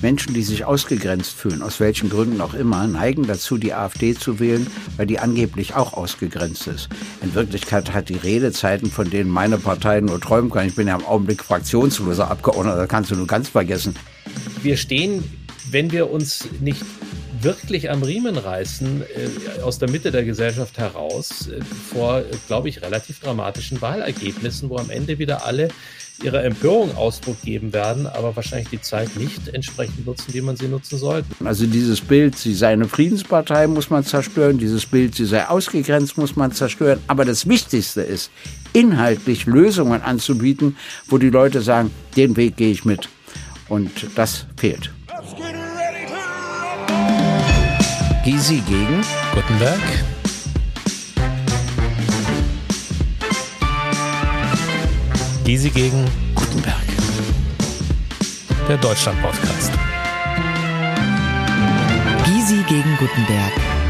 Menschen, die sich ausgegrenzt fühlen, aus welchen Gründen auch immer, neigen dazu, die AfD zu wählen, weil die angeblich auch ausgegrenzt ist. In Wirklichkeit hat die Redezeiten, von denen meine Partei nur träumen kann. Ich bin ja im Augenblick fraktionsloser Abgeordneter, das kannst du nur ganz vergessen. Wir stehen, wenn wir uns nicht wirklich am Riemen reißen, aus der Mitte der Gesellschaft heraus, vor, glaube ich, relativ dramatischen Wahlergebnissen, wo am Ende wieder alle ihrer Empörung Ausdruck geben werden, aber wahrscheinlich die Zeit nicht entsprechend nutzen, wie man sie nutzen sollte. Also dieses Bild, sie sei eine Friedenspartei, muss man zerstören. Dieses Bild, sie sei ausgegrenzt, muss man zerstören. Aber das Wichtigste ist, inhaltlich Lösungen anzubieten, wo die Leute sagen, den Weg gehe ich mit. Und das fehlt. Gysi gegen Guttenberg. Gysi gegen Guttenberg. Der Deutschland-Podcast. Gysi gegen Guttenberg.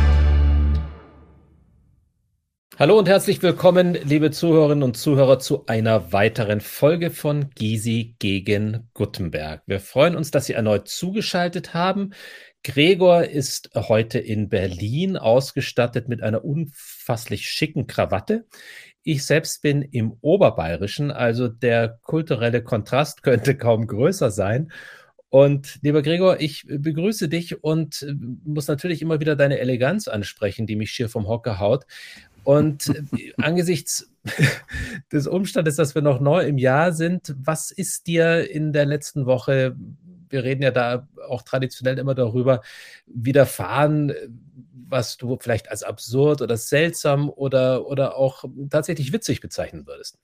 Hallo und herzlich willkommen, liebe Zuhörerinnen und Zuhörer, zu einer weiteren Folge von Gysi gegen Guttenberg. Wir freuen uns, dass Sie erneut zugeschaltet haben. Gregor ist heute in Berlin ausgestattet mit einer unfasslich schicken Krawatte. Ich selbst bin im Oberbayerischen, also der kulturelle Kontrast könnte kaum größer sein. Und lieber Gregor, ich begrüße dich und muss natürlich immer wieder deine Eleganz ansprechen, die mich schier vom Hocker haut. Und angesichts des Umstandes, dass wir noch neu im Jahr sind, was ist dir in der letzten Woche, wir reden ja da auch traditionell immer darüber, widerfahren, was du vielleicht als absurd oder seltsam oder auch tatsächlich witzig bezeichnen würdest?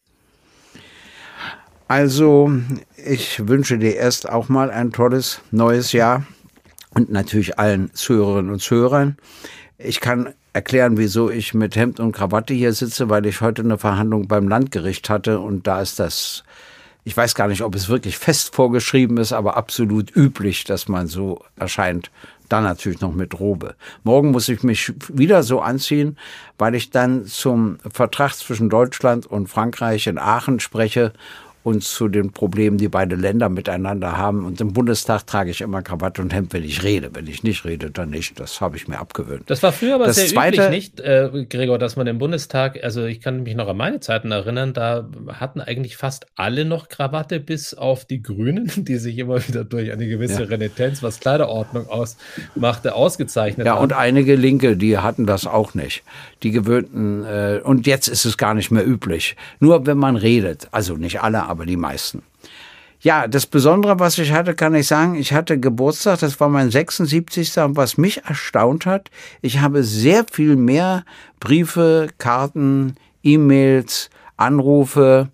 Also, ich wünsche dir erst auch mal ein tolles neues Jahr und natürlich allen Zuhörerinnen und Zuhörern. Ich kann erklären, wieso ich mit Hemd und Krawatte hier sitze, weil ich heute eine Verhandlung beim Landgericht hatte und da ist das, ich weiß gar nicht, ob es wirklich fest vorgeschrieben ist, aber absolut üblich, dass man so erscheint. Dann natürlich noch mit Robe. Morgen muss ich mich wieder so anziehen, weil ich dann zum Vertrag zwischen Deutschland und Frankreich in Aachen spreche und zu den Problemen, die beide Länder miteinander haben. Und im Bundestag trage ich immer Krawatte und Hemd, wenn ich rede. Wenn ich nicht rede, dann nicht. Das habe ich mir abgewöhnt. Das war früher aber sehr üblich, nicht, Gregor, dass man im Bundestag, also ich kann mich noch an meine Zeiten erinnern, da hatten eigentlich fast alle noch Krawatte, bis auf die Grünen, die sich immer wieder durch eine gewisse Renitenz, was Kleiderordnung ausmachte, ausgezeichnet haben. Ja, und einige Linke, die hatten das auch nicht. Die gewöhnten, und jetzt ist es gar nicht mehr üblich. Nur wenn man redet, also nicht alle, aber die meisten. Ja, das Besondere, was ich hatte, kann ich sagen, ich hatte Geburtstag, das war mein 76. Und was mich erstaunt hat, ich habe sehr viel mehr Briefe, Karten, E-Mails, Anrufe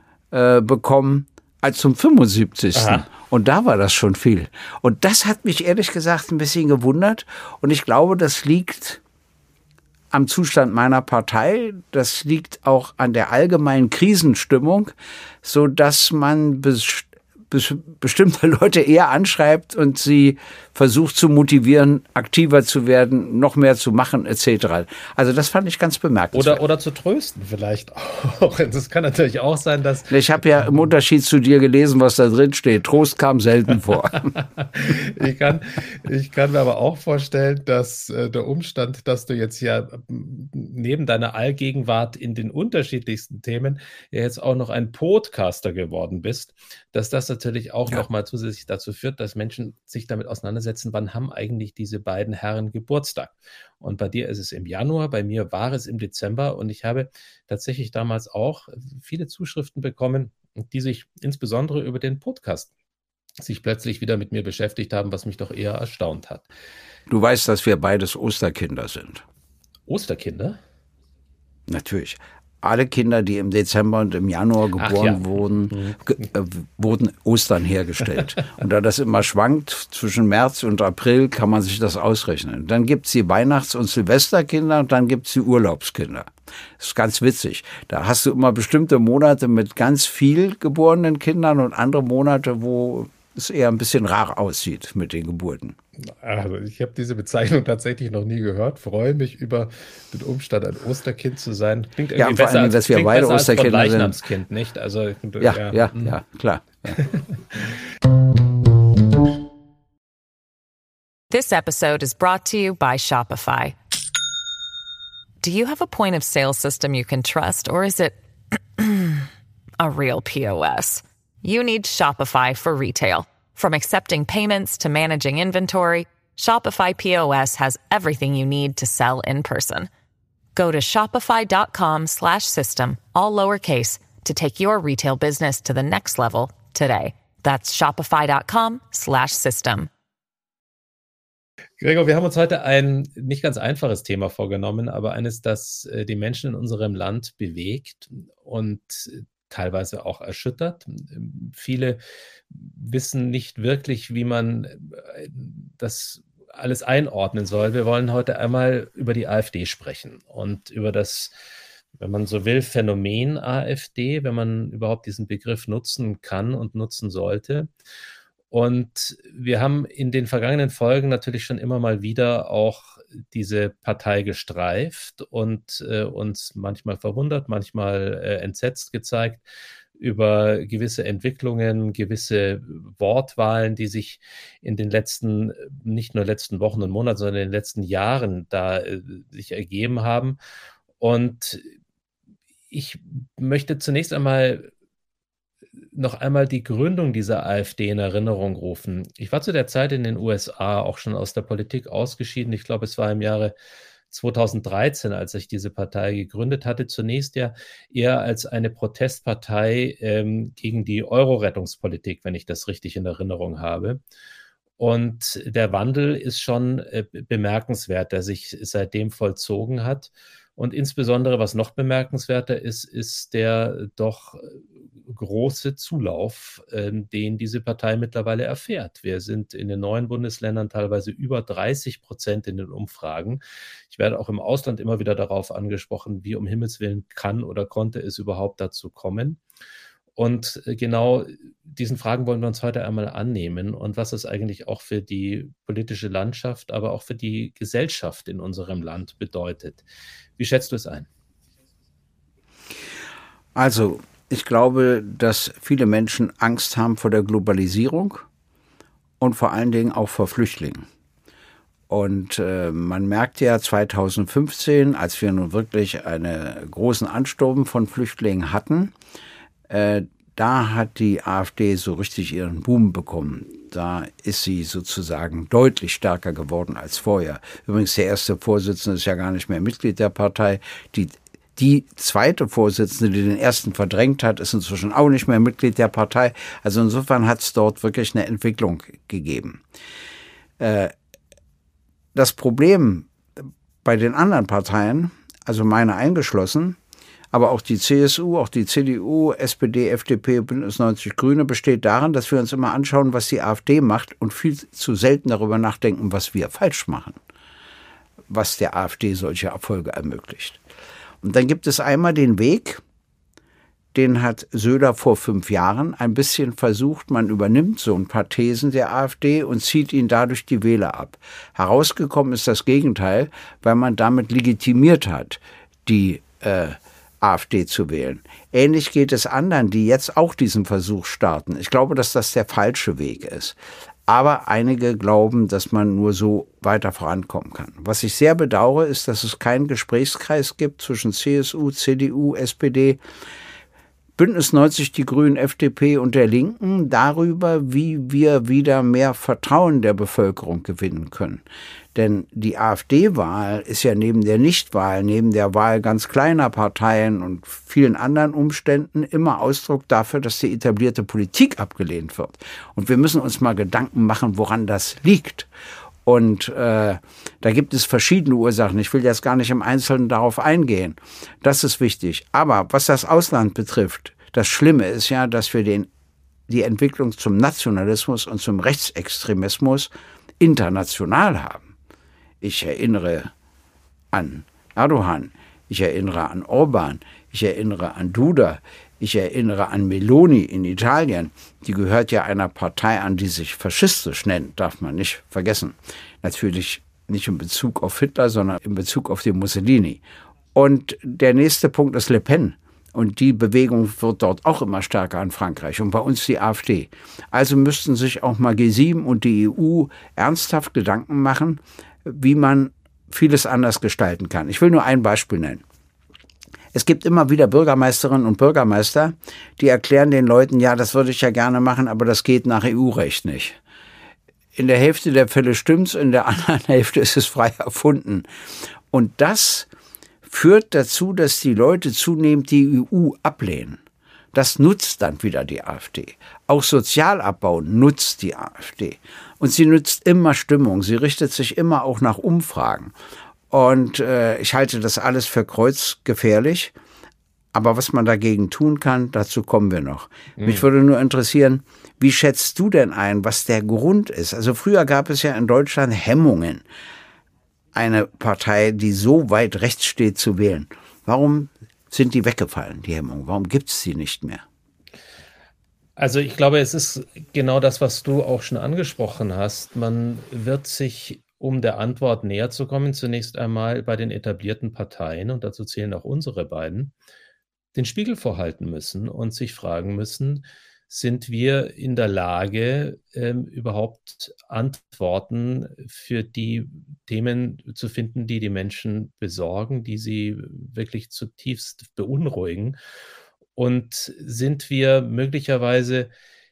bekommen als zum 75. Aha. Und da war das schon viel. Und das hat mich ehrlich gesagt ein bisschen gewundert. Und ich glaube, das liegt am Zustand meiner Partei, das liegt auch an der allgemeinen Krisenstimmung, so dass man bestimmte Leute eher anschreibt und sie versucht zu motivieren, aktiver zu werden, noch mehr zu machen, etc. Also das fand ich ganz bemerkenswert. Oder zu trösten vielleicht auch. Das kann natürlich auch sein, dass... Ich habe ja im Unterschied zu dir gelesen, was da drin steht. Trost kam selten vor. Ich kann mir aber auch vorstellen, dass der Umstand, dass du jetzt ja neben deiner Allgegenwart in den unterschiedlichsten Themen ja jetzt auch noch ein Podcaster geworden bist, dass das natürlich auch nochmal zusätzlich dazu führt, dass Menschen sich damit auseinandersetzen, wann haben eigentlich diese beiden Herren Geburtstag. Und bei dir ist es im Januar, bei mir war es im Dezember und ich habe tatsächlich damals auch viele Zuschriften bekommen, die sich insbesondere über den Podcast sich plötzlich wieder mit mir beschäftigt haben, was mich doch eher erstaunt hat. Du weißt, dass wir beides Osterkinder sind. Osterkinder? Natürlich. Alle Kinder, die im Dezember und im Januar geboren wurden, wurden Ostern hergestellt. Und da das immer schwankt, zwischen März und April kann man sich das ausrechnen. Dann gibt es die Weihnachts- und Silvesterkinder und dann gibt es die Urlaubskinder. Das ist ganz witzig. Da hast du immer bestimmte Monate mit ganz viel geborenen Kindern und andere Monate, wo es eher ein bisschen rar aussieht mit den Geburten. Also ich habe diese Bezeichnung tatsächlich noch nie gehört. Freue mich über den Umstand, ein Osterkind zu sein. Klingt irgendwie besser als, dass wir beide Osterkinder sind. Leichnamskind, nicht? Also ja, klar. Ja. This episode is brought to you by Shopify. Do you have a point of sale system you can trust, or is it a real POS? You need Shopify for retail. From accepting payments to managing inventory, Shopify POS has everything you need to sell in person. Go to shopify.com/system, all lowercase, to take your retail business to the next level today. That's shopify.com/system. Gregor, wir haben uns heute ein nicht ganz einfaches Thema vorgenommen, aber eines, das die Menschen in unserem Land bewegt und teilweise auch erschüttert. Viele wissen nicht wirklich, wie man das alles einordnen soll. Wir wollen heute einmal über die AfD sprechen und über das, wenn man so will, Phänomen AfD, wenn man überhaupt diesen Begriff nutzen kann und nutzen sollte. Und wir haben in den vergangenen Folgen natürlich schon immer mal wieder auch diese Partei gestreift und uns manchmal verwundert, manchmal entsetzt gezeigt über gewisse Entwicklungen, gewisse Wortwahlen, die sich in den letzten, nicht nur letzten Wochen und Monaten, sondern in den letzten Jahren da sich ergeben haben. Und ich möchte zunächst einmal noch einmal die Gründung dieser AfD in Erinnerung rufen. Ich war zu der Zeit in den USA auch schon aus der Politik ausgeschieden. Ich glaube, es war im Jahre 2013, als ich diese Partei gegründet hatte. Zunächst ja eher als eine Protestpartei gegen die Euro-Rettungspolitik, wenn ich das richtig in Erinnerung habe. Und der Wandel ist schon bemerkenswert, der sich seitdem vollzogen hat. Und insbesondere, was noch bemerkenswerter ist, ist der doch große Zulauf, den diese Partei mittlerweile erfährt. Wir sind in den neuen Bundesländern teilweise über 30% in den Umfragen. Ich werde auch im Ausland immer wieder darauf angesprochen, wie um Himmels Willen kann oder konnte es überhaupt dazu kommen. Und genau diesen Fragen wollen wir uns heute einmal annehmen und was es eigentlich auch für die politische Landschaft, aber auch für die Gesellschaft in unserem Land bedeutet. Wie schätzt du es ein? Also, ich glaube, dass viele Menschen Angst haben vor der Globalisierung und vor allen Dingen auch vor Flüchtlingen. Und man merkt ja 2015, als wir nun wirklich einen großen Ansturm von Flüchtlingen hatten, da hat die AfD so richtig ihren Boom bekommen. Da ist sie sozusagen deutlich stärker geworden als vorher. Übrigens, der erste Vorsitzende ist ja gar nicht mehr Mitglied der Partei. Die zweite Vorsitzende, die den ersten verdrängt hat, ist inzwischen auch nicht mehr Mitglied der Partei. Also insofern hat es dort wirklich eine Entwicklung gegeben. Das Problem bei den anderen Parteien, also meine eingeschlossen, aber auch die CSU, auch die CDU, SPD, FDP, Bündnis 90 Grüne, besteht darin, dass wir uns immer anschauen, was die AfD macht und viel zu selten darüber nachdenken, was wir falsch machen, was der AfD solche Erfolge ermöglicht. Und dann gibt es einmal den Weg, den hat Söder vor 5 Jahren ein bisschen versucht, man übernimmt so ein paar Thesen der AfD und zieht ihnen dadurch die Wähler ab. Herausgekommen ist das Gegenteil, weil man damit legitimiert hat, die AfD zu wählen. Ähnlich geht es anderen, die jetzt auch diesen Versuch starten. Ich glaube, dass das der falsche Weg ist. Aber einige glauben, dass man nur so weiter vorankommen kann. Was ich sehr bedauere, ist, dass es keinen Gesprächskreis gibt zwischen CSU, CDU, SPD, Bündnis 90, die Grünen, FDP und der Linken darüber, wie wir wieder mehr Vertrauen der Bevölkerung gewinnen können. Denn die AfD-Wahl ist ja neben der Nichtwahl, neben der Wahl ganz kleiner Parteien und vielen anderen Umständen immer Ausdruck dafür, dass die etablierte Politik abgelehnt wird. Und wir müssen uns mal Gedanken machen, woran das liegt. Und da gibt es verschiedene Ursachen. Ich will jetzt gar nicht im Einzelnen darauf eingehen. Das ist wichtig. Aber was das Ausland betrifft, das Schlimme ist ja, dass wir die Entwicklung zum Nationalismus und zum Rechtsextremismus international haben. Ich erinnere an Erdogan, ich erinnere an Orban, ich erinnere an Duda, ich erinnere an Meloni in Italien. Die gehört ja einer Partei an, die sich faschistisch nennt, darf man nicht vergessen. Natürlich nicht in Bezug auf Hitler, sondern in Bezug auf die Mussolini. Und der nächste Punkt ist Le Pen. Und die Bewegung wird dort auch immer stärker in Frankreich und bei uns die AfD. Also müssten sich auch mal G7 und die EU ernsthaft Gedanken machen, wie man vieles anders gestalten kann. Ich will nur ein Beispiel nennen. Es gibt immer wieder Bürgermeisterinnen und Bürgermeister, die erklären den Leuten, ja, das würde ich ja gerne machen, aber das geht nach EU-Recht nicht. In der Hälfte der Fälle stimmt's, in der anderen Hälfte ist es frei erfunden. Und das führt dazu, dass die Leute zunehmend die EU ablehnen. Das nutzt dann wieder die AfD. Auch Sozialabbau nutzt die AfD. Und sie nutzt immer Stimmung. Sie richtet sich immer auch nach Umfragen. Und ich halte das alles für kreuzgefährlich. Aber was man dagegen tun kann, dazu kommen wir noch. Mich würde nur interessieren, wie schätzt du denn ein, was der Grund ist? Also früher gab es ja in Deutschland Hemmungen, eine Partei, die so weit rechts steht, zu wählen. Warum sind die weggefallen, die Hemmungen? Warum gibt es sie nicht mehr? Also ich glaube, es ist genau das, was du auch schon angesprochen hast. Man wird sich, um der Antwort näher zu kommen, zunächst einmal bei den etablierten Parteien, und dazu zählen auch unsere beiden, den Spiegel vorhalten müssen und sich fragen müssen, sind wir in der Lage, überhaupt Antworten für die Themen zu finden, die die Menschen besorgen, die sie wirklich zutiefst beunruhigen? Und sind wir möglicherweise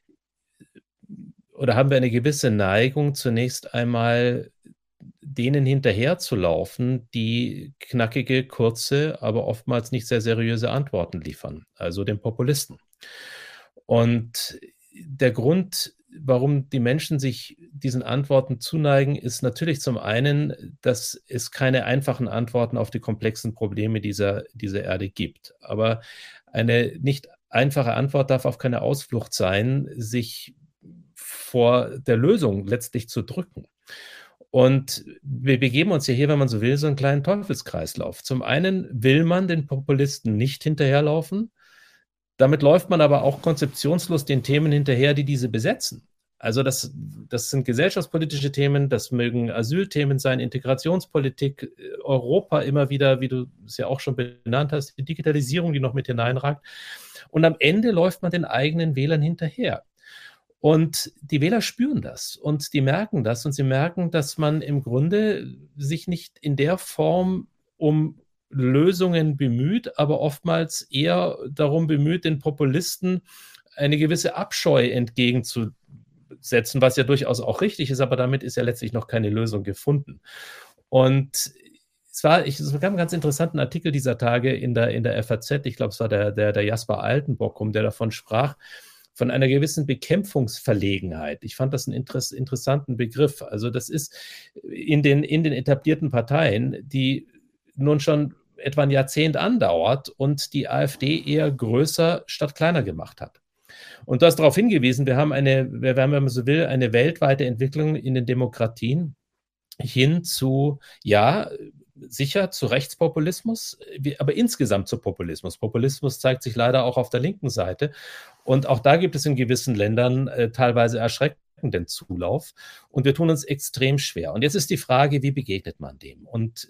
oder haben wir eine gewisse Neigung, zunächst einmal denen hinterherzulaufen, die knackige, kurze, aber oftmals nicht sehr seriöse Antworten liefern, also den Populisten? Und der Grund, warum die Menschen sich diesen Antworten zuneigen, ist natürlich zum einen, dass es keine einfachen Antworten auf die komplexen Probleme dieser Erde gibt. Aber eine nicht einfache Antwort darf auch keine Ausflucht sein, sich vor der Lösung letztlich zu drücken. Und wir begeben uns ja hier, wenn man so will, so einen kleinen Teufelskreislauf. Zum einen will man den Populisten nicht hinterherlaufen. Damit läuft man aber auch konzeptionslos den Themen hinterher, die diese besetzen. Also das sind gesellschaftspolitische Themen, das mögen Asylthemen sein, Integrationspolitik, Europa immer wieder, wie du es ja auch schon benannt hast, die Digitalisierung, die noch mit hineinragt. Und am Ende läuft man den eigenen Wählern hinterher. Und die Wähler spüren das und die merken das und sie merken, dass man im Grunde sich nicht in der Form um Lösungen bemüht, aber oftmals eher darum bemüht, den Populisten eine gewisse Abscheu entgegenzusetzen, was ja durchaus auch richtig ist, aber damit ist ja letztlich noch keine Lösung gefunden. Und es gab einen ganz interessanten Artikel dieser Tage in der FAZ, ich glaube, es war der Jasper Altenbockum, der davon sprach, von einer gewissen Bekämpfungsverlegenheit. Ich fand das einen interessanten Begriff. Also das ist in den etablierten Parteien, die nun schon etwa ein Jahrzehnt andauert und die AfD eher größer statt kleiner gemacht hat. Und du hast darauf hingewiesen, wir haben, wenn man so will, eine weltweite Entwicklung in den Demokratien hin zu, ja, sicher zu Rechtspopulismus, aber insgesamt zu Populismus. Populismus zeigt sich leider auch auf der linken Seite. Und auch da gibt es in gewissen Ländern teilweise erschreckenden Zulauf. Und wir tun uns extrem schwer. Und jetzt ist die Frage, wie begegnet man dem? Und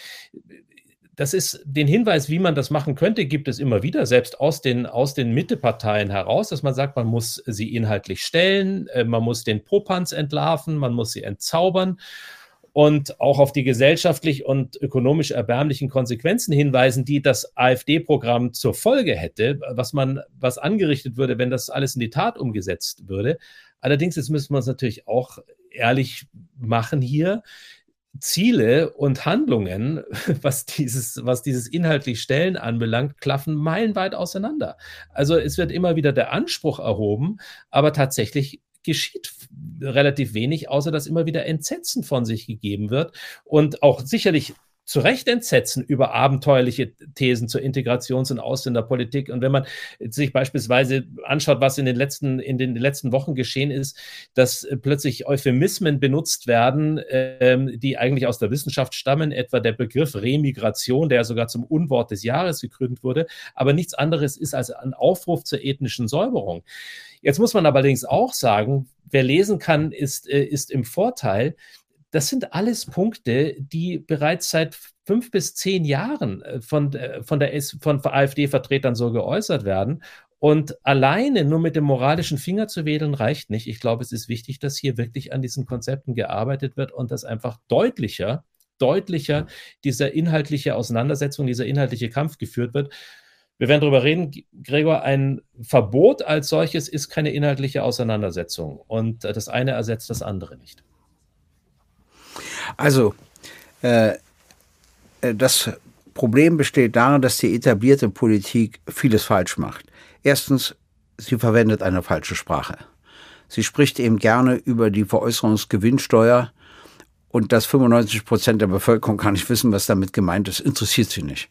das ist den Hinweis, wie man das machen könnte, gibt es immer wieder, selbst aus den Mitteparteien heraus, dass man sagt, man muss sie inhaltlich stellen, man muss den Popanz entlarven, man muss sie entzaubern und auch auf die gesellschaftlich und ökonomisch erbärmlichen Konsequenzen hinweisen, die das AfD-Programm zur Folge hätte, was angerichtet würde, wenn das alles in die Tat umgesetzt würde. Allerdings, jetzt müssen wir uns natürlich auch ehrlich machen hier, Ziele und Handlungen, was dieses inhaltlich Stellen anbelangt, klaffen meilenweit auseinander. Also es wird immer wieder der Anspruch erhoben, aber tatsächlich geschieht relativ wenig, außer dass immer wieder Entsetzen von sich gegeben wird und auch sicherlich zu Recht Entsetzen über abenteuerliche Thesen zur Integrations- und Ausländerpolitik. Und wenn man sich beispielsweise anschaut, was in den letzten Wochen geschehen ist, dass plötzlich Euphemismen benutzt werden, die eigentlich aus der Wissenschaft stammen, etwa der Begriff Remigration, der sogar zum Unwort des Jahres gekrönt wurde, aber nichts anderes ist als ein Aufruf zur ethnischen Säuberung. Jetzt muss man allerdings auch sagen, wer lesen kann, ist im Vorteil. Das sind alles Punkte, die bereits seit 5 bis 10 Jahren von AfD-Vertretern so geäußert werden. Und alleine nur mit dem moralischen Finger zu wedeln reicht nicht. Ich glaube, es ist wichtig, dass hier wirklich an diesen Konzepten gearbeitet wird und dass einfach deutlicher diese inhaltliche Auseinandersetzung, dieser inhaltliche Kampf geführt wird. Wir werden darüber reden, Gregor, ein Verbot als solches ist keine inhaltliche Auseinandersetzung und das eine ersetzt das andere nicht. Also, das Problem besteht darin, dass die etablierte Politik vieles falsch macht. Erstens, sie verwendet eine falsche Sprache. Sie spricht eben gerne über die Veräußerungsgewinnsteuer und dass 95% der Bevölkerung gar nicht wissen, was damit gemeint ist, interessiert sie nicht.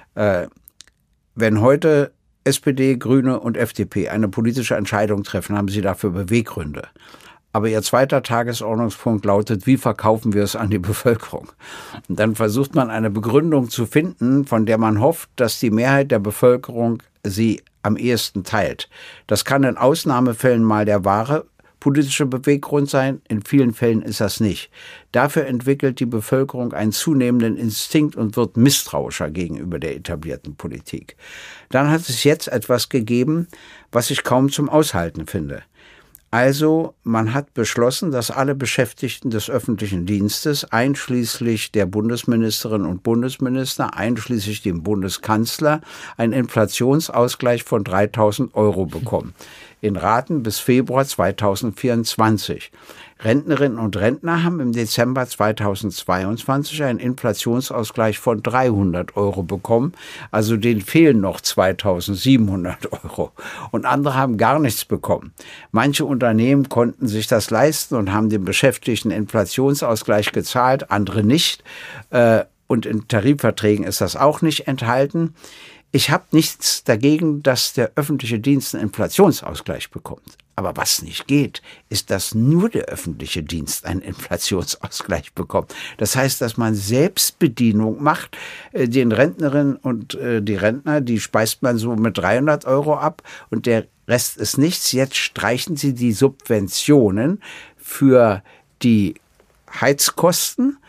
Wenn heute SPD, Grüne und FDP eine politische Entscheidung treffen, haben sie dafür Beweggründe. Aber ihr zweiter Tagesordnungspunkt lautet, wie verkaufen wir es an die Bevölkerung? Und dann versucht man eine Begründung zu finden, von der man hofft, dass die Mehrheit der Bevölkerung sie am ehesten teilt. Das kann in Ausnahmefällen mal der wahre politische Beweggrund sein, in vielen Fällen ist das nicht. Dafür entwickelt die Bevölkerung einen zunehmenden Instinkt und wird misstrauischer gegenüber der etablierten Politik. Dann hat es jetzt etwas gegeben, was ich kaum zum Aushalten finde. Also, man hat beschlossen, dass alle Beschäftigten des öffentlichen Dienstes, einschließlich der Bundesministerinnen und Bundesminister, einschließlich dem Bundeskanzler, einen Inflationsausgleich von 3.000 € bekommen. In Raten bis Februar 2024. Rentnerinnen und Rentner haben im Dezember 2022 einen Inflationsausgleich von 300 € bekommen. Also denen fehlen noch 2.700 €. Und andere haben gar nichts bekommen. Manche Unternehmen konnten sich das leisten und haben dem Beschäftigten Inflationsausgleich gezahlt, andere nicht. Und in Tarifverträgen ist das auch nicht enthalten. Ich habe nichts dagegen, dass der öffentliche Dienst einen Inflationsausgleich bekommt. Aber was nicht geht, ist, dass nur der öffentliche Dienst einen Inflationsausgleich bekommt. Das heißt, dass man Selbstbedienung macht. Den Rentnerinnen und die Rentner, die speist man so mit 300 € ab und der Rest ist nichts. Jetzt streichen sie die Subventionen für die Heizkosten,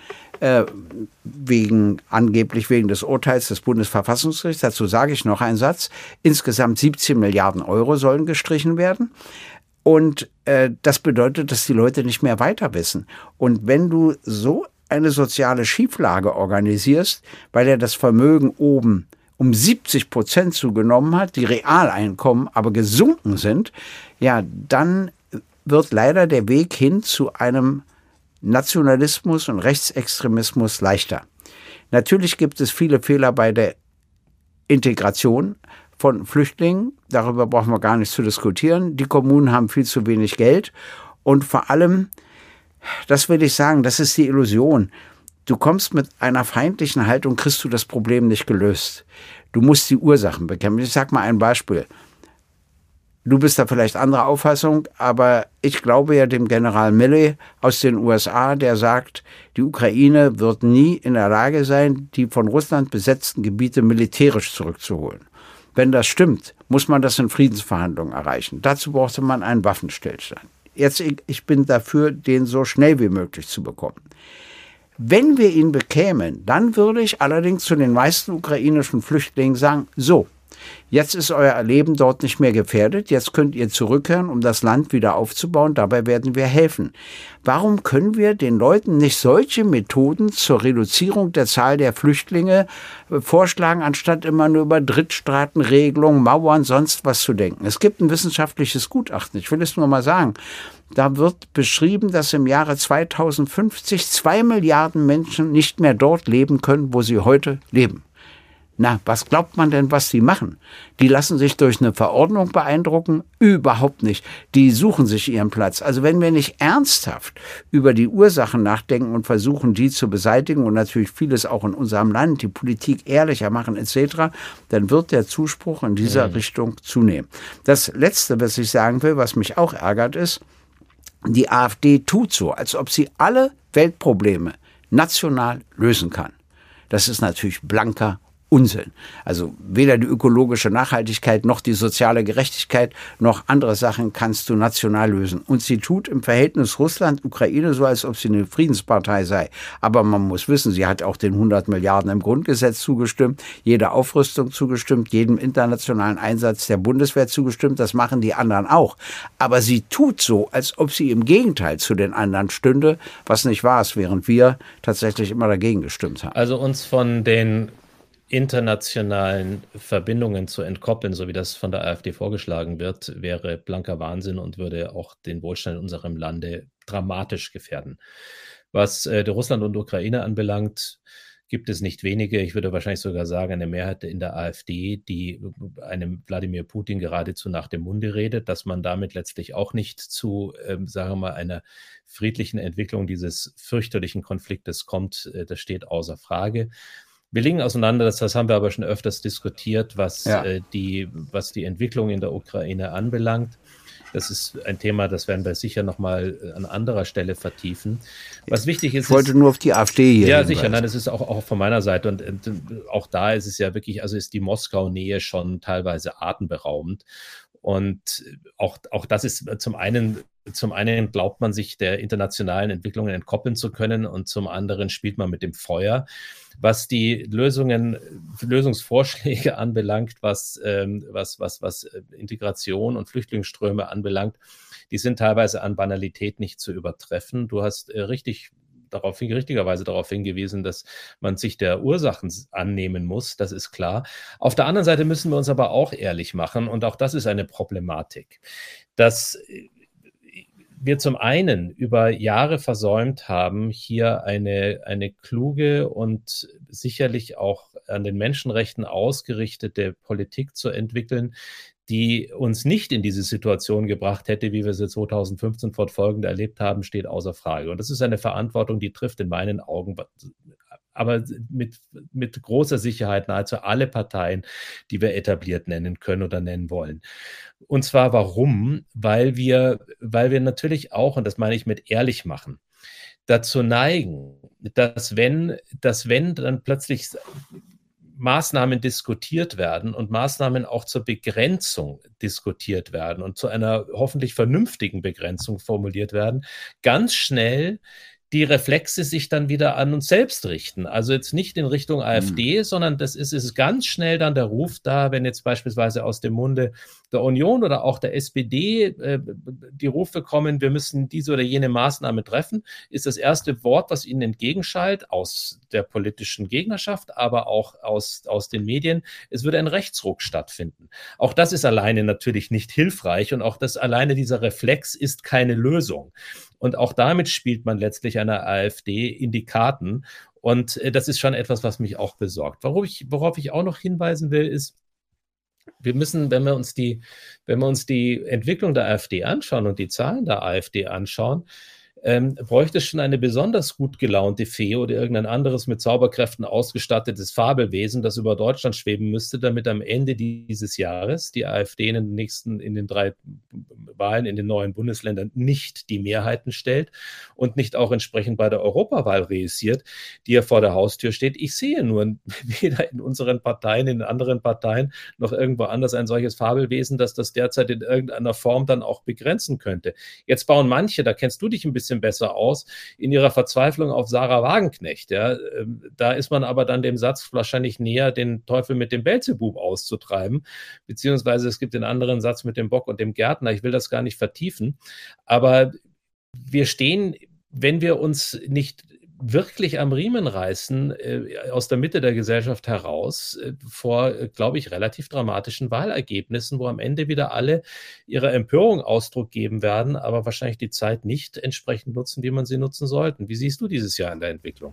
angeblich wegen des Urteils des Bundesverfassungsgerichts. Dazu sage ich noch einen Satz. Insgesamt 17 Milliarden € sollen gestrichen werden. Und das bedeutet, dass die Leute nicht mehr weiter wissen. Und wenn du so eine soziale Schieflage organisierst, weil er das Vermögen oben um 70% zugenommen hat, die Realeinkommen aber gesunken sind, ja, dann wird leider der Weg hin zu einem Nationalismus und Rechtsextremismus leichter. Natürlich gibt es viele Fehler bei der Integration von Flüchtlingen. Darüber brauchen wir gar nicht zu diskutieren. Die Kommunen haben viel zu wenig Geld. Und vor allem, das will ich sagen, das ist die Illusion. Du kommst mit einer feindlichen Haltung, kriegst du das Problem nicht gelöst. Du musst die Ursachen bekämpfen. Ich sage mal ein Beispiel. Du bist da vielleicht anderer Auffassung, aber ich glaube ja dem General Milley aus den USA, der sagt, die Ukraine wird nie in der Lage sein, die von Russland besetzten Gebiete militärisch zurückzuholen. Wenn das stimmt, muss man das in Friedensverhandlungen erreichen. Dazu brauchte man einen Waffenstillstand. Jetzt, ich bin dafür, den so schnell wie möglich zu bekommen. Wenn wir ihn bekämen, dann würde ich allerdings zu den meisten ukrainischen Flüchtlingen sagen, so, jetzt ist euer Leben dort nicht mehr gefährdet, jetzt könnt ihr zurückkehren, um das Land wieder aufzubauen, dabei werden wir helfen. Warum können wir den Leuten nicht solche Methoden zur Reduzierung der Zahl der Flüchtlinge vorschlagen, anstatt immer nur über Drittstaatenregelungen, Mauern, sonst was zu denken? Es gibt ein wissenschaftliches Gutachten, ich will es nur mal sagen. Da wird beschrieben, dass im Jahre 2050 2 Milliarden Menschen nicht mehr dort leben können, wo sie heute leben. Na, was glaubt man denn, was die machen? Die lassen sich durch eine Verordnung beeindrucken? Überhaupt nicht. Die suchen sich ihren Platz. Also wenn wir nicht ernsthaft über die Ursachen nachdenken und versuchen, die zu beseitigen und natürlich vieles auch in unserem Land, die Politik ehrlicher machen etc., dann wird der Zuspruch in dieser Richtung zunehmen. Das Letzte, was ich sagen will, was mich auch ärgert, ist, die AfD tut so, als ob sie alle Weltprobleme national lösen kann. Das ist natürlich blanker Unsinn. Also weder die ökologische Nachhaltigkeit noch die soziale Gerechtigkeit noch andere Sachen kannst du national lösen. Und sie tut im Verhältnis Russland-Ukraine so, als ob sie eine Friedenspartei sei. Aber man muss wissen, sie hat auch den 100 Milliarden im Grundgesetz zugestimmt, jeder Aufrüstung zugestimmt, jedem internationalen Einsatz der Bundeswehr zugestimmt. Das machen die anderen auch. Aber sie tut so, als ob sie im Gegenteil zu den anderen stünde, was nicht wahr ist, während wir tatsächlich immer dagegen gestimmt haben. Also uns von den internationalen Verbindungen zu entkoppeln, so wie das von der AfD vorgeschlagen wird, wäre blanker Wahnsinn und würde auch den Wohlstand in unserem Lande dramatisch gefährden. Was Russland und Ukraine anbelangt, gibt es nicht wenige, ich würde wahrscheinlich sogar sagen, eine Mehrheit in der AfD, die einem Wladimir Putin geradezu nach dem Munde redet, dass man damit letztlich auch nicht zu, sagen wir mal, einer friedlichen Entwicklung dieses fürchterlichen Konfliktes kommt, das steht außer Frage. Wir liegen auseinander, das haben wir aber schon öfters diskutiert, was die Entwicklung in der Ukraine anbelangt. Das ist ein Thema, das werden wir sicher nochmal an anderer Stelle vertiefen. Was wichtig ist. Ich wollte nur auf die AfD hier. Ja, sicher. Nein, das ist auch von meiner Seite. Und auch da ist es ja wirklich, also ist die Moskau-Nähe schon teilweise atemberaubend. Und auch das ist zum einen glaubt man sich der internationalen Entwicklungen entkoppeln zu können und zum anderen spielt man mit dem Feuer. Was die Lösungsvorschläge anbelangt, was Integration und Flüchtlingsströme anbelangt, die sind teilweise an Banalität nicht zu übertreffen. Du hast richtigerweise darauf hingewiesen, dass man sich der Ursachen annehmen muss, das ist klar. Auf der anderen Seite müssen wir uns aber auch ehrlich machen und auch das ist eine Problematik, dass wir zum einen über Jahre versäumt haben, hier eine kluge und sicherlich auch an den Menschenrechten ausgerichtete Politik zu entwickeln, die uns nicht in diese Situation gebracht hätte, wie wir sie 2015 fortfolgend erlebt haben, steht außer Frage. Und das ist eine Verantwortung, die trifft in meinen Augen aber mit großer Sicherheit nahezu alle Parteien, die wir etabliert nennen können oder nennen wollen. Und zwar warum? Weil wir natürlich auch, und das meine ich mit ehrlich machen, dazu neigen, dass wenn dann plötzlich Maßnahmen diskutiert werden und Maßnahmen auch zur Begrenzung diskutiert werden und zu einer hoffentlich vernünftigen Begrenzung formuliert werden, ganz schnell die Reflexe sich dann wieder an uns selbst richten. Also jetzt nicht in Richtung AfD, sondern es ist ganz schnell dann der Ruf da, wenn jetzt beispielsweise aus dem Munde der Union oder auch der SPD die Rufe kommen, wir müssen diese oder jene Maßnahme treffen, ist das erste Wort, was ihnen entgegenschallt, aus der politischen Gegnerschaft, aber auch aus den Medien, es würde ein Rechtsruck stattfinden. Auch das ist alleine natürlich nicht hilfreich und auch dieser Reflex ist keine Lösung. Und auch damit spielt man letztlich einer AfD in die Karten. Und das ist schon etwas, was mich auch besorgt. Worauf ich auch noch hinweisen will, ist, wir müssen, wenn wir uns die Entwicklung der AfD anschauen und die Zahlen der AfD anschauen, bräuchte es schon eine besonders gut gelaunte Fee oder irgendein anderes mit Zauberkräften ausgestattetes Fabelwesen, das über Deutschland schweben müsste, damit am Ende dieses Jahres die AfD in den 3 Wahlen in den neuen Bundesländern nicht die Mehrheiten stellt und nicht auch entsprechend bei der Europawahl reüssiert, die ja vor der Haustür steht. Ich sehe nur weder in unseren Parteien, in anderen Parteien noch irgendwo anders ein solches Fabelwesen, dass das derzeit in irgendeiner Form dann auch begrenzen könnte. Jetzt bauen manche, da kennst du dich ein bisschen besser aus, in ihrer Verzweiflung auf Sarah Wagenknecht. Ja. Da ist man aber dann dem Satz wahrscheinlich näher, den Teufel mit dem Beelzebub auszutreiben, beziehungsweise es gibt den anderen Satz mit dem Bock und dem Gärtner. Ich will das gar nicht vertiefen, aber wir stehen, wenn wir uns nicht wirklich am Riemen reißen, aus der Mitte der Gesellschaft heraus, vor, glaube ich, relativ dramatischen Wahlergebnissen, wo am Ende wieder alle ihrer Empörung Ausdruck geben werden, aber wahrscheinlich die Zeit nicht entsprechend nutzen, wie man sie nutzen sollten. Wie siehst du dieses Jahr in der Entwicklung?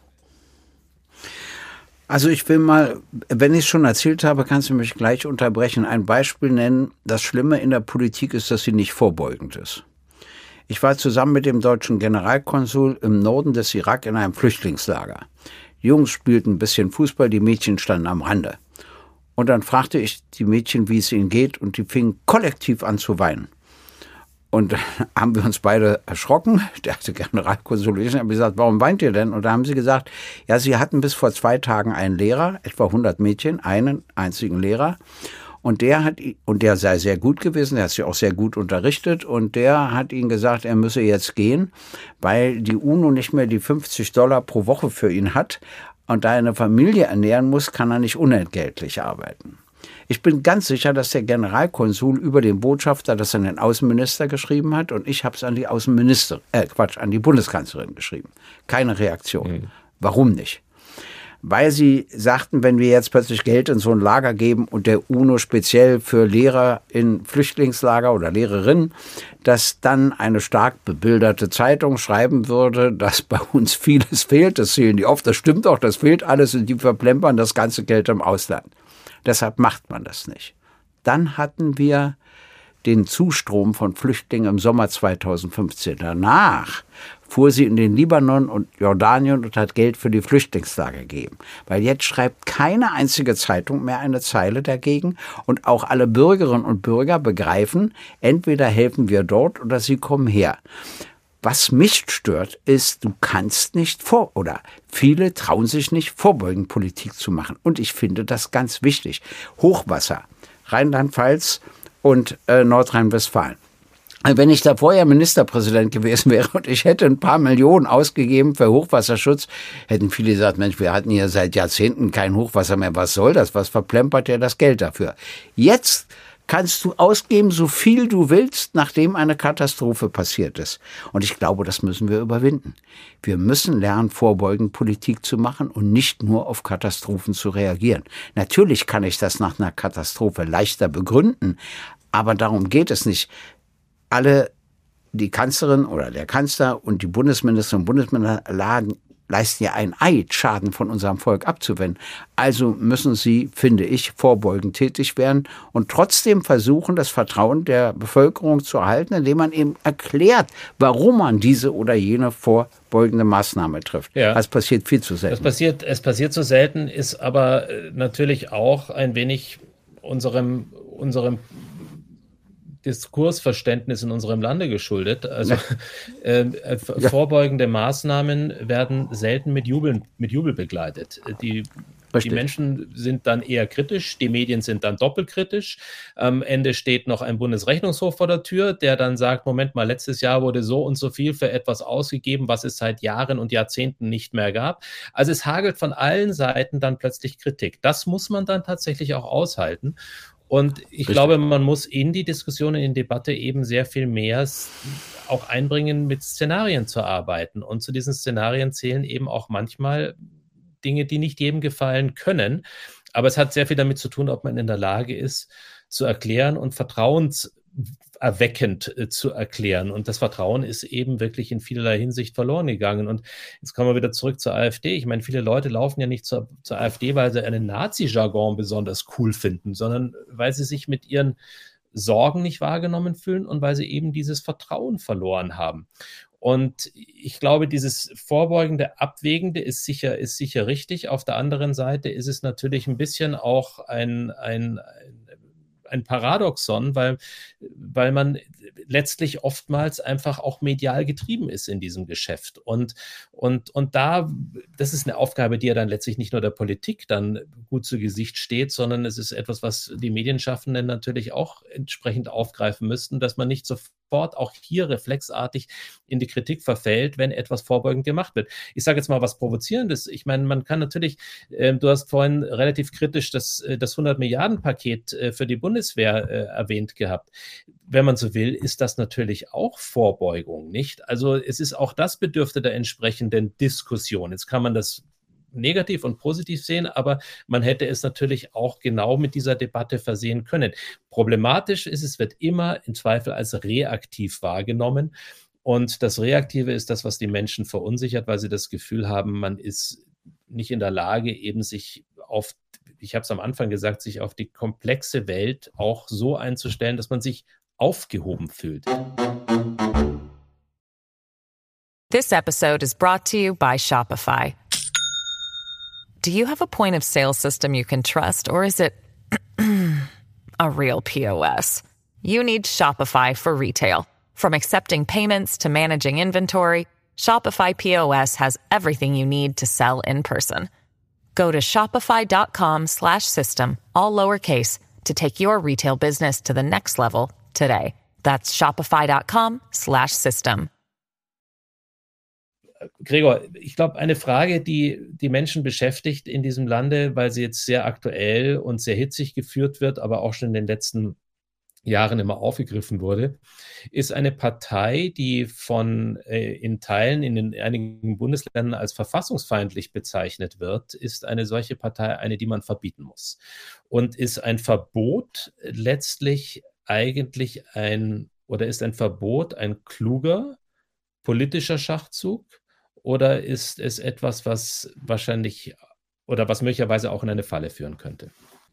Also ich will mal, wenn ich es schon erzählt habe, kannst du mich gleich unterbrechen, ein Beispiel nennen. Das Schlimme in der Politik ist, dass sie nicht vorbeugend ist. Ich war zusammen mit dem deutschen Generalkonsul im Norden des Irak in einem Flüchtlingslager. Die Jungs spielten ein bisschen Fußball, die Mädchen standen am Rande. Und dann fragte ich die Mädchen, wie es ihnen geht, und die fingen kollektiv an zu weinen. Und haben wir uns beide erschrocken. Der hatte Generalkonsul. Ich habe gesagt, warum weint ihr denn? Und da haben sie gesagt, ja, sie hatten bis vor 2 Tagen einen Lehrer, etwa 100 Mädchen, einen einzigen Lehrer. Und der sei sehr gut gewesen, der hat sie auch sehr gut unterrichtet. Und der hat ihnen gesagt, er müsse jetzt gehen, weil die UNO nicht mehr die $50 pro Woche für ihn hat. Und da er eine Familie ernähren muss, kann er nicht unentgeltlich arbeiten. Ich bin ganz sicher, dass der Generalkonsul über den Botschafter das an den Außenminister geschrieben hat und ich habe es an die an die Bundeskanzlerin geschrieben. Keine Reaktion. Warum nicht? Weil sie sagten, wenn wir jetzt plötzlich Geld in so ein Lager geben und der UNO speziell für Lehrer in Flüchtlingslager oder Lehrerinnen, dass dann eine stark bebilderte Zeitung schreiben würde, dass bei uns vieles fehlt. Das sehen die oft, das stimmt auch, das fehlt alles und die verplempern das ganze Geld im Ausland. Deshalb macht man das nicht. Dann hatten wir den Zustrom von Flüchtlingen im Sommer 2015. Danach fuhr sie in den Libanon und Jordanien und hat Geld für die Flüchtlingslager gegeben. Weil jetzt schreibt keine einzige Zeitung mehr eine Zeile dagegen und auch alle Bürgerinnen und Bürger begreifen, entweder helfen wir dort oder sie kommen her. Was mich stört, ist, du kannst nicht viele trauen sich nicht, vorbeugend Politik zu machen. Und ich finde das ganz wichtig. Hochwasser, Rheinland-Pfalz und Nordrhein-Westfalen. Wenn ich da vorher Ministerpräsident gewesen wäre und ich hätte ein paar Millionen ausgegeben für Hochwasserschutz, hätten viele gesagt, Mensch, wir hatten hier seit Jahrzehnten kein Hochwasser mehr. Was soll das? Was verplempert ihr das Geld dafür? Jetzt kannst du ausgeben, so viel du willst, nachdem eine Katastrophe passiert ist. Und ich glaube, das müssen wir überwinden. Wir müssen lernen, vorbeugend Politik zu machen und nicht nur auf Katastrophen zu reagieren. Natürlich kann ich das nach einer Katastrophe leichter begründen, aber darum geht es nicht. Die Kanzlerin oder der Kanzler und die Bundesministerinnen und Bundesminister leisten ja einen Eid, Schaden von unserem Volk abzuwenden. Also müssen sie, finde ich, vorbeugend tätig werden und trotzdem versuchen, das Vertrauen der Bevölkerung zu erhalten, indem man eben erklärt, warum man diese oder jene vorbeugende Maßnahme trifft. Ja. Das passiert viel zu selten. Es passiert zu selten, ist aber natürlich auch ein wenig unserem Diskursverständnis in unserem Lande geschuldet. Also vorbeugende Maßnahmen werden selten mit Jubel begleitet. Die Menschen sind dann eher kritisch, die Medien sind dann doppelt kritisch. Am Ende steht noch ein Bundesrechnungshof vor der Tür, der dann sagt, Moment mal, letztes Jahr wurde so und so viel für etwas ausgegeben, was es seit Jahren und Jahrzehnten nicht mehr gab. Also es hagelt von allen Seiten dann plötzlich Kritik. Das muss man dann tatsächlich auch aushalten. Und ich glaube, man muss in die Diskussion, in die Debatte eben sehr viel mehr auch einbringen, mit Szenarien zu arbeiten. Und zu diesen Szenarien zählen eben auch manchmal Dinge, die nicht jedem gefallen können. Aber es hat sehr viel damit zu tun, ob man in der Lage ist, zu erklären und vertrauenserweckend zu erklären. Und das Vertrauen ist eben wirklich in vielerlei Hinsicht verloren gegangen. Und jetzt kommen wir wieder zurück zur AfD. Ich meine, viele Leute laufen ja nicht zur AfD, weil sie einen Nazi-Jargon besonders cool finden, sondern weil sie sich mit ihren Sorgen nicht wahrgenommen fühlen und weil sie eben dieses Vertrauen verloren haben. Und ich glaube, dieses vorbeugende, abwägende ist sicher richtig. Auf der anderen Seite ist es natürlich ein bisschen auch ein Paradoxon, weil man letztlich oftmals einfach auch medial getrieben ist in diesem Geschäft. Und das ist eine Aufgabe, die ja dann letztlich nicht nur der Politik dann gut zu Gesicht steht, sondern es ist etwas, was die Medienschaffenden natürlich auch entsprechend aufgreifen müssten, dass man nicht sofort auch hier reflexartig in die Kritik verfällt, wenn etwas vorbeugend gemacht wird. Ich sage jetzt mal was Provozierendes. Ich meine, man kann natürlich, du hast vorhin relativ kritisch das 100-Milliarden-Paket für die Bundeswehr erwähnt gehabt. Wenn man so will, ist das natürlich auch Vorbeugung, nicht? Also es ist auch das bedürfte der entsprechenden Diskussion. Jetzt kann man das negativ und positiv sehen, aber man hätte es natürlich auch genau mit dieser Debatte versehen können. Problematisch ist, es wird immer im Zweifel als reaktiv wahrgenommen und das Reaktive ist das, was die Menschen verunsichert, weil sie das Gefühl haben, man ist nicht in der Lage, eben sich auf, ich habe es am Anfang gesagt, sich auf die komplexe Welt auch so einzustellen, dass man sich aufgehoben fühlt. This episode is brought to you by Shopify. Do you have a point of sale system you can trust, or is it a real POS? You need Shopify for retail. From accepting payments to managing inventory, Shopify POS has everything you need to sell in person. Go to shopify.com/system, all lowercase, to take your retail business to the next level today. That's shopify.com/system. Gregor, ich glaube, eine Frage, die die Menschen beschäftigt in diesem Lande, weil sie jetzt sehr aktuell und sehr hitzig geführt wird, aber auch schon in den letzten Jahren immer aufgegriffen wurde, ist eine Partei, die in Teilen in einigen Bundesländern als verfassungsfeindlich bezeichnet wird, ist eine solche Partei eine, die man verbieten muss. Und ist ein Verbot letztlich eigentlich ist ein Verbot ein kluger politischer Schachzug? Oder ist es etwas, was möglicherweise auch in eine Falle führen könnte?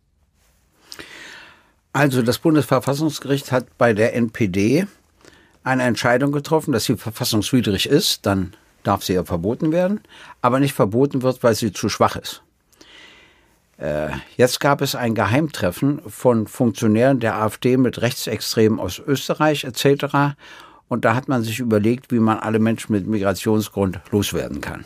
Also das Bundesverfassungsgericht hat bei der NPD eine Entscheidung getroffen, dass sie verfassungswidrig ist, dann darf sie ja verboten werden, aber nicht verboten wird, weil sie zu schwach ist. Jetzt gab es ein Geheimtreffen von Funktionären der AfD mit Rechtsextremen aus Österreich etc., und da hat man sich überlegt, wie man alle Menschen mit Migrationsgrund loswerden kann.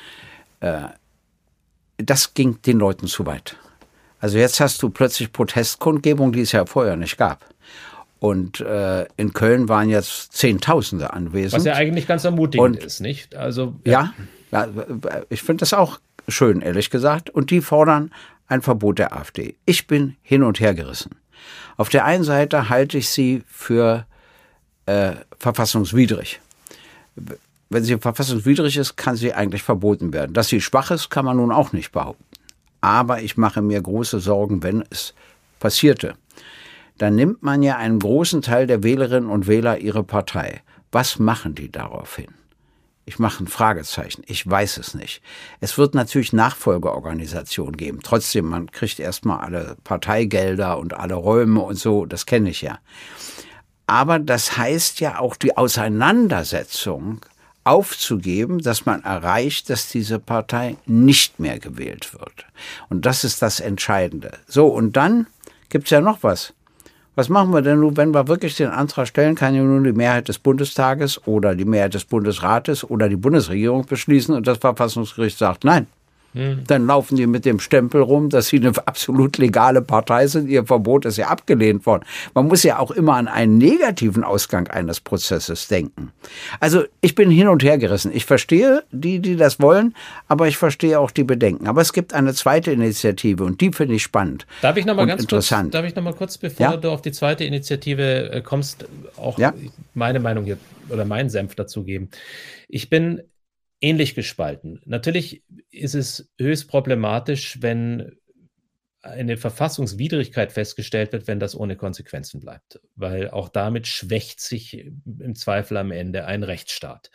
Das ging den Leuten zu weit. Also jetzt hast du plötzlich Protestkundgebungen, die es ja vorher nicht gab. Und in Köln waren jetzt Zehntausende anwesend. Was ja eigentlich ganz ermutigend ist, nicht? Also ja, ich finde das auch schön, ehrlich gesagt. Und die fordern ein Verbot der AfD. Ich bin hin und her gerissen. Auf der einen Seite halte ich sie für verfassungswidrig. Wenn sie verfassungswidrig ist, kann sie eigentlich verboten werden. Dass sie schwach ist, kann man nun auch nicht behaupten. Aber ich mache mir große Sorgen, wenn es passierte. Dann nimmt man ja einen großen Teil der Wählerinnen und Wähler ihre Partei. Was machen die daraufhin? Ich mache ein Fragezeichen. Ich weiß es nicht. Es wird natürlich Nachfolgeorganisationen geben. Trotzdem, man kriegt erstmal alle Parteigelder und alle Räume und so. Das kenne ich ja. Aber das heißt ja auch die Auseinandersetzung aufzugeben, dass man erreicht, dass diese Partei nicht mehr gewählt wird. Und das ist das Entscheidende. So, und dann gibt's ja noch was. Was machen wir denn nun, wenn wir wirklich den Antrag stellen, kann ja nun die Mehrheit des Bundestages oder die Mehrheit des Bundesrates oder die Bundesregierung beschließen und das Verfassungsgericht sagt nein. Dann laufen die mit dem Stempel rum, dass sie eine absolut legale Partei sind. Ihr Verbot ist ja abgelehnt worden. Man muss ja auch immer an einen negativen Ausgang eines Prozesses denken. Also ich bin hin und her gerissen. Ich verstehe die das wollen, aber ich verstehe auch die Bedenken. Aber es gibt eine zweite Initiative und die finde ich spannend. Darf ich noch mal kurz, bevor du auf die zweite Initiative kommst, auch meine Meinung hier oder meinen Senf dazu geben? Ich bin ähnlich gespalten. Natürlich ist es höchst problematisch, wenn eine Verfassungswidrigkeit festgestellt wird, wenn das ohne Konsequenzen bleibt, weil auch damit schwächt sich im Zweifel am Ende ein Rechtsstaat.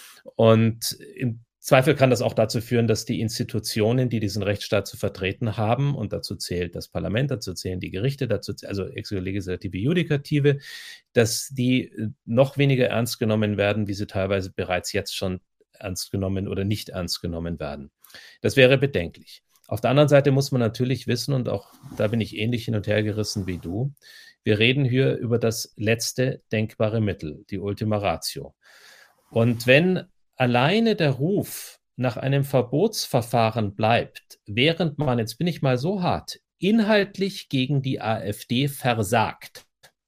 Und im Zweifel kann das auch dazu führen, dass die Institutionen, die diesen Rechtsstaat zu vertreten haben, und dazu zählt das Parlament, dazu zählen die Gerichte, also Legislative, Judikative, dass die noch weniger ernst genommen werden, wie sie teilweise bereits jetzt schon ernst genommen oder nicht ernst genommen werden. Das wäre bedenklich. Auf der anderen Seite muss man natürlich wissen, und auch da bin ich ähnlich hin und her gerissen wie du, wir reden hier über das letzte denkbare Mittel, die Ultima Ratio. Und wenn alleine der Ruf nach einem Verbotsverfahren bleibt, während man, jetzt bin ich mal so hart, inhaltlich gegen die AfD versagt,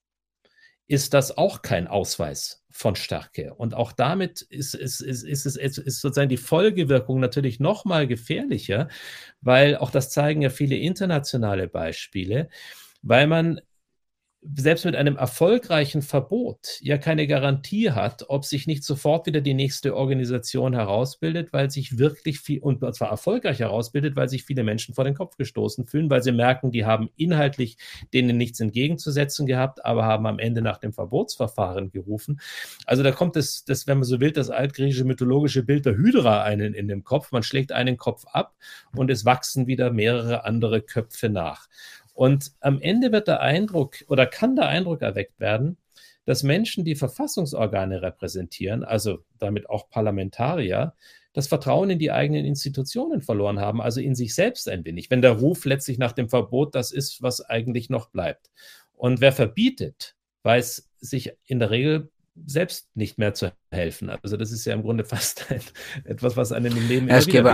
ist das auch kein Ausweis von Stärke. Und auch damit ist sozusagen die Folgewirkung natürlich noch mal gefährlicher, weil auch das zeigen ja viele internationale Beispiele, weil man selbst mit einem erfolgreichen Verbot ja keine Garantie hat, ob sich nicht sofort wieder die nächste Organisation herausbildet, weil sich wirklich viel, und zwar erfolgreich herausbildet, weil sich viele Menschen vor den Kopf gestoßen fühlen, weil sie merken, die haben inhaltlich denen nichts entgegenzusetzen gehabt, aber haben am Ende nach dem Verbotsverfahren gerufen. Also da kommt das, wenn man so will, das altgriechische mythologische Bild der Hydra einen in den Kopf. Man schlägt einen Kopf ab und es wachsen wieder mehrere andere Köpfe nach. Und am Ende wird der Eindruck oder kann der Eindruck erweckt werden, dass Menschen, die Verfassungsorgane repräsentieren, also damit auch Parlamentarier, das Vertrauen in die eigenen Institutionen verloren haben, also in sich selbst ein wenig, wenn der Ruf letztlich nach dem Verbot das ist, was eigentlich noch bleibt. Und wer verbietet, weiß sich in der Regel selbst nicht mehr zu helfen. Also das ist ja im Grunde fast etwas, was einem im Leben es gäbe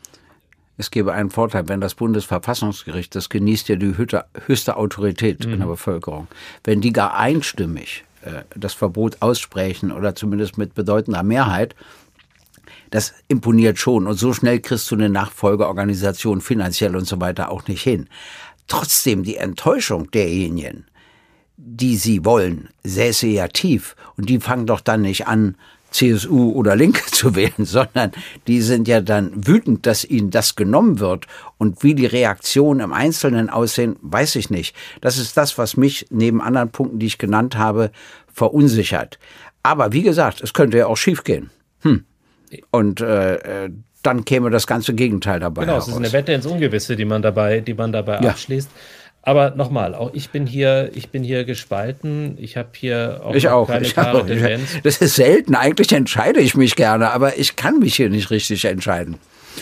einen Vorteil, wenn das Bundesverfassungsgericht, das genießt ja die höchste Autorität in der Bevölkerung, wenn die gar einstimmig das Verbot aussprechen oder zumindest mit bedeutender Mehrheit, das imponiert schon. Und so schnell kriegst du eine Nachfolgeorganisation finanziell und so weiter auch nicht hin. Trotzdem die Enttäuschung derjenigen, die sie wollen, säße ja tief. Und die fangen doch dann nicht an, CSU oder Linke zu wählen, sondern die sind ja dann wütend, dass ihnen das genommen wird. Und wie die Reaktionen im Einzelnen aussehen, weiß ich nicht. Das ist das, was mich neben anderen Punkten, die ich genannt habe, verunsichert. Aber wie gesagt, es könnte ja auch schiefgehen. Und dann käme das ganze Gegenteil dabei heraus. Genau, es ist eine Wette ins Ungewisse, die man dabei abschließt. Aber nochmal, auch ich bin hier gespalten. Ich habe hier auch keine klare Tendenz. Das ist selten. Eigentlich entscheide ich mich gerne, aber ich kann mich hier nicht richtig entscheiden.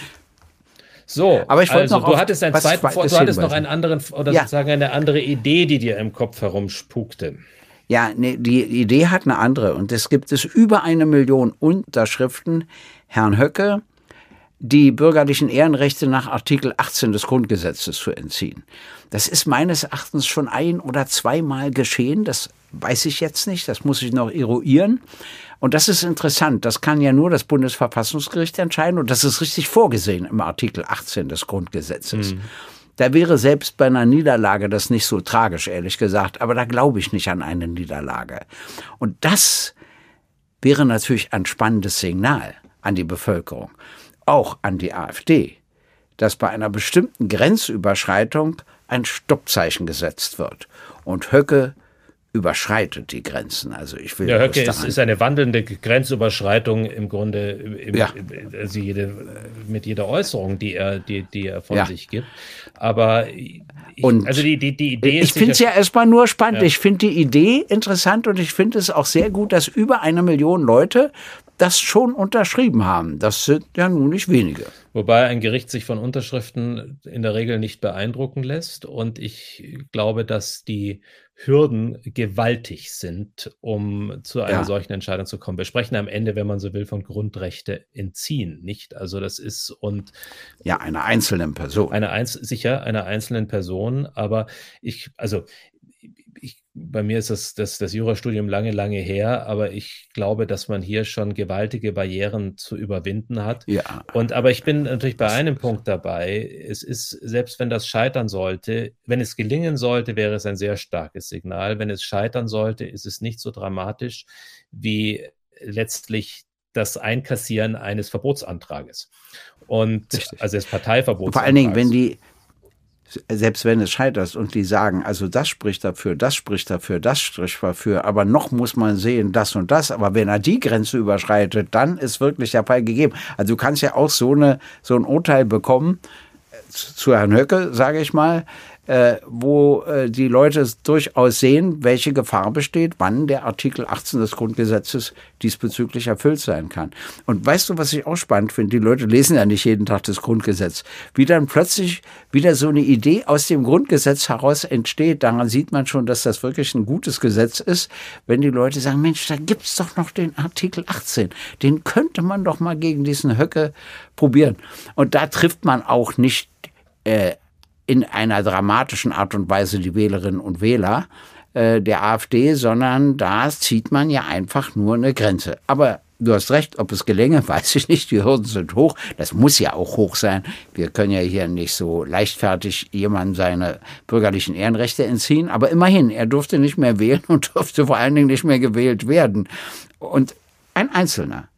So, aber ich wollte du hattest noch einen anderen oder sozusagen eine andere Idee, die dir im Kopf herumspukte. Ja, nee, die Idee hat eine andere. Und es gibt über 1 Million Unterschriften, Herrn Höcke, die bürgerlichen Ehrenrechte nach Artikel 18 des Grundgesetzes zu entziehen. Das ist meines Erachtens schon 1- oder 2-mal geschehen. Das weiß ich jetzt nicht. Das muss ich noch eruieren. Und das ist interessant. Das kann ja nur das Bundesverfassungsgericht entscheiden. Und das ist richtig vorgesehen im Artikel 18 des Grundgesetzes. Da wäre selbst bei einer Niederlage das nicht so tragisch, ehrlich gesagt. Aber da glaube ich nicht an eine Niederlage. Und das wäre natürlich ein spannendes Signal an die Bevölkerung, auch an die AfD, dass bei einer bestimmten Grenzüberschreitung ein Stoppzeichen gesetzt wird. Und Höcke überschreitet die Grenzen. Also ich will Höcke ist eine wandelnde Grenzüberschreitung im Grunde mit jeder Äußerung, die er von sich gibt. Aber die Idee ist. Ich finde es ja erstmal nur spannend. Ja. Ich finde die Idee interessant und ich finde es auch sehr gut, dass über 1 Million Leute das schon unterschrieben haben. Das sind ja nun nicht wenige. Wobei ein Gericht sich von Unterschriften in der Regel nicht beeindrucken lässt. Und ich glaube, dass die Hürden gewaltig sind, um zu einer solchen Entscheidung zu kommen. Wir sprechen am Ende, wenn man so will, von Grundrechte entziehen, nicht? Also das ist einer einzelnen Person. Einer einzelnen Person. Aber bei mir ist das Jurastudium lange, lange her, aber ich glaube, dass man hier schon gewaltige Barrieren zu überwinden hat. Ja. Aber ich bin natürlich bei einem Punkt dabei. Es ist, selbst wenn das scheitern sollte, wenn es gelingen sollte, wäre es ein sehr starkes Signal. Wenn es scheitern sollte, ist es nicht so dramatisch wie letztlich das Einkassieren eines Verbotsantrages. Also des Parteiverbotsantrags. Vor allen Dingen, selbst wenn es scheitert und die sagen, also das spricht dafür, das spricht dafür, das spricht dafür, aber noch muss man sehen, das und das, aber wenn er die Grenze überschreitet, dann ist wirklich der Fall gegeben. Also du kannst ja auch so ein Urteil bekommen, zu Herrn Höcke, sage ich mal, wo die Leute durchaus sehen, welche Gefahr besteht, wann der Artikel 18 des Grundgesetzes diesbezüglich erfüllt sein kann. Und weißt du, was ich auch spannend finde? Die Leute lesen ja nicht jeden Tag das Grundgesetz. Wie dann plötzlich wieder so eine Idee aus dem Grundgesetz heraus entsteht, daran sieht man schon, dass das wirklich ein gutes Gesetz ist, wenn die Leute sagen, Mensch, da gibt's doch noch den Artikel 18, den könnte man doch mal gegen diesen Höcke probieren. Und da trifft man auch nicht in einer dramatischen Art und Weise die Wählerinnen und Wähler der AfD, sondern da zieht man ja einfach nur eine Grenze. Aber du hast recht, ob es gelänge, weiß ich nicht. Die Hürden sind hoch. Das muss ja auch hoch sein. Wir können ja hier nicht so leichtfertig jemandem seine bürgerlichen Ehrenrechte entziehen. Aber immerhin, er durfte nicht mehr wählen und durfte vor allen Dingen nicht mehr gewählt werden. Und ein Einzelner,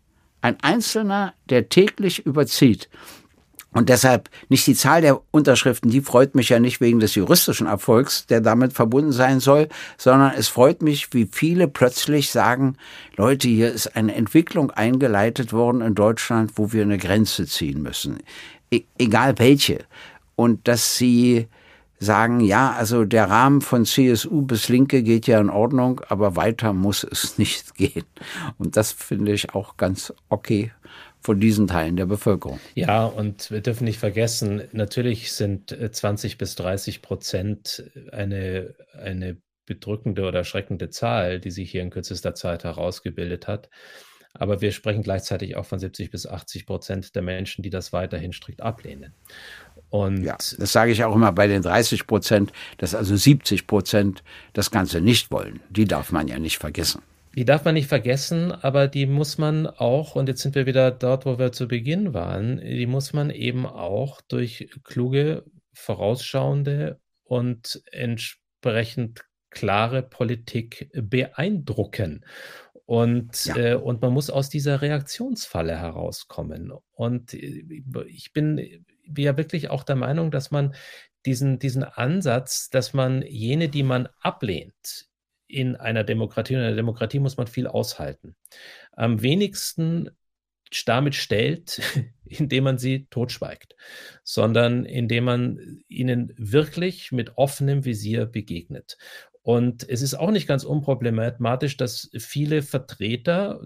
der täglich überzieht, und deshalb nicht die Zahl der Unterschriften, die freut mich ja nicht wegen des juristischen Erfolgs, der damit verbunden sein soll, sondern es freut mich, wie viele plötzlich sagen, Leute, hier ist eine Entwicklung eingeleitet worden in Deutschland, wo wir eine Grenze ziehen müssen. Egal welche. Und dass sie sagen, ja, also der Rahmen von CSU bis Linke geht ja in Ordnung, aber weiter muss es nicht gehen. Und das finde ich auch ganz okay von diesen Teilen der Bevölkerung. Ja, und wir dürfen nicht vergessen, natürlich sind 20-30% eine bedrückende oder erschreckende Zahl, die sich hier in kürzester Zeit herausgebildet hat. Aber wir sprechen gleichzeitig auch von 70-80% der Menschen, die das weiterhin strikt ablehnen. Und ja, das sage ich auch immer bei den 30%, dass also 70% das Ganze nicht wollen. Die darf man ja nicht vergessen. Die darf man nicht vergessen, aber die muss man auch, und jetzt sind wir wieder dort, wo wir zu Beginn waren, die muss man eben auch durch kluge, vorausschauende und entsprechend klare Politik beeindrucken. Und man muss aus dieser Reaktionsfalle herauskommen. Und ich bin ja wirklich auch der Meinung, dass man diesen Ansatz, dass man jene, die man ablehnt, in einer Demokratie muss man viel aushalten. Am wenigsten damit stellt, indem man sie totschweigt, sondern indem man ihnen wirklich mit offenem Visier begegnet. Und es ist auch nicht ganz unproblematisch, dass zu viele Vertreter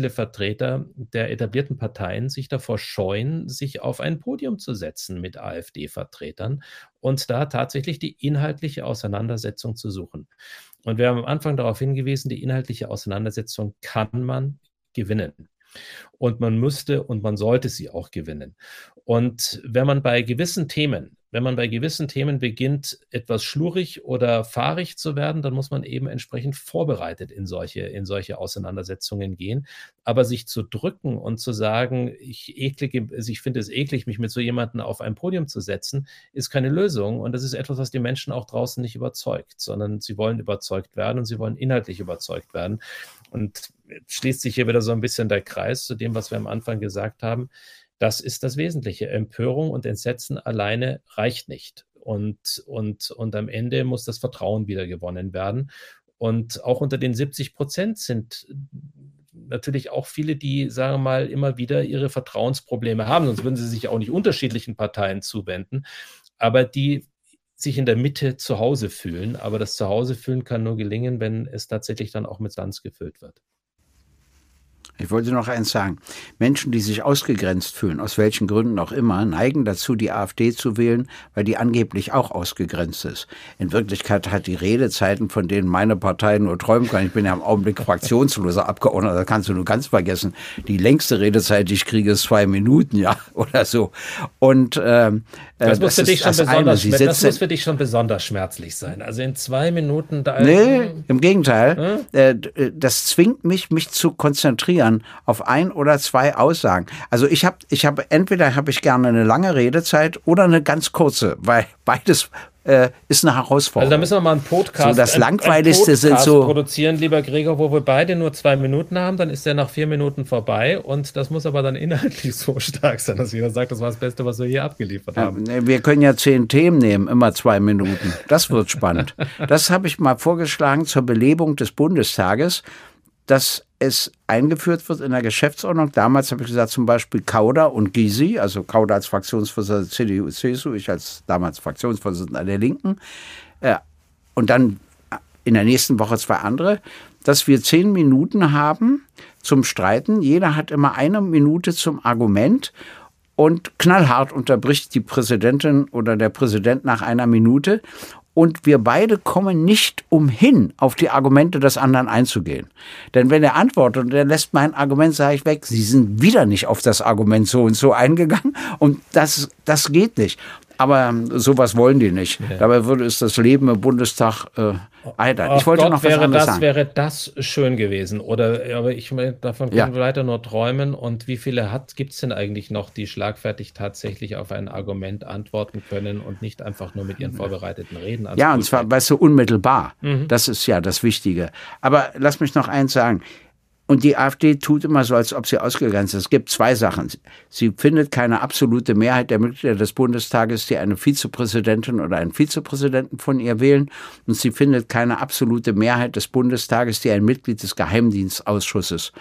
der etablierten Parteien sich davor scheuen, sich auf ein Podium zu setzen mit AfD-Vertretern und da tatsächlich die inhaltliche Auseinandersetzung zu suchen. Und wir haben am Anfang darauf hingewiesen, die inhaltliche Auseinandersetzung kann man gewinnen. Und man müsste und man sollte sie auch gewinnen. Und wenn man bei gewissen Themen beginnt, etwas schlurig oder fahrig zu werden, dann muss man eben entsprechend vorbereitet in solche Auseinandersetzungen gehen. Aber sich zu drücken und zu sagen, ich finde es eklig, mich mit so jemandem auf ein Podium zu setzen, ist keine Lösung. Und das ist etwas, was die Menschen auch draußen nicht überzeugt, sondern sie wollen überzeugt werden und sie wollen inhaltlich überzeugt werden. Und jetzt schließt sich hier wieder so ein bisschen der Kreis zu dem, was wir am Anfang gesagt haben. Das ist das Wesentliche. Empörung und Entsetzen alleine reicht nicht. Und am Ende muss das Vertrauen wieder gewonnen werden. Und auch unter den 70% sind natürlich auch viele, die, sagen wir mal, immer wieder ihre Vertrauensprobleme haben. Sonst würden sie sich auch nicht unterschiedlichen Parteien zuwenden. Aber die sich in der Mitte zu Hause fühlen. Aber das Zuhause-Fühlen kann nur gelingen, wenn es tatsächlich dann auch mit Substanz gefüllt wird. Ich wollte noch eins sagen. Menschen, die sich ausgegrenzt fühlen, aus welchen Gründen auch immer, neigen dazu, die AfD zu wählen, weil die angeblich auch ausgegrenzt ist. In Wirklichkeit hat die Redezeiten, von denen meine Partei nur träumen kann. Ich bin ja im Augenblick fraktionsloser Abgeordneter, da kannst du nur ganz vergessen. Die längste Redezeit, die ich kriege, ist 2 Minuten, ja, oder so. Und das muss für dich schon besonders schmerzlich sein. Also in 2 Minuten da. Nee, im Gegenteil. Das zwingt mich zu konzentrieren auf 1 oder 2 Aussagen. Also entweder habe ich gerne eine lange Redezeit oder eine ganz kurze, weil beides ist eine Herausforderung. Also da müssen wir mal einen Podcast, so das Langweiligste sind so produzieren, lieber Gregor, wo wir beide nur 2 Minuten haben, dann ist der nach 4 Minuten vorbei und das muss aber dann inhaltlich so stark sein, dass jeder sagt, das war das Beste, was wir hier abgeliefert haben. Wir können ja 10 Themen nehmen, immer 2 Minuten. Das wird spannend. Das habe ich mal vorgeschlagen zur Belebung des Bundestages, dass es eingeführt wird in der Geschäftsordnung. Damals habe ich gesagt, zum Beispiel Kauder und Gysi, also Kauder als Fraktionsvorsitzender der CDU, CSU, ich als damals Fraktionsvorsitzender der Linken, und dann in der nächsten Woche 2 andere, dass wir 10 Minuten haben zum Streiten. Jeder hat immer 1 Minute zum Argument und knallhart unterbricht die Präsidentin oder der Präsident nach 1 Minute. Und wir beide kommen nicht umhin, auf die Argumente des anderen einzugehen. Denn wenn er antwortet und er lässt mein Argument, sage ich weg, Sie sind wieder nicht auf das Argument so und so eingegangen. Und das geht nicht. Aber sowas wollen die nicht. Ja. Dabei würde es das Leben im Bundestag eitern. Ich wollte noch was anderes sagen. Wäre das schön gewesen. Aber davon können wir weiter nur träumen. Und wie viele gibt es denn eigentlich noch, die schlagfertig tatsächlich auf ein Argument antworten können und nicht einfach nur mit ihren vorbereiteten Reden Ja, und zwar, weißt du, unmittelbar. Das ist ja das Wichtige. Aber lass mich noch eins sagen. Und die AfD tut immer so, als ob sie ausgegrenzt ist. Es gibt 2 Sachen. Sie findet keine absolute Mehrheit der Mitglieder des Bundestages, die eine Vizepräsidentin oder einen Vizepräsidenten von ihr wählen. Und sie findet keine absolute Mehrheit des Bundestages, die ein Mitglied des Geheimdienstausschusses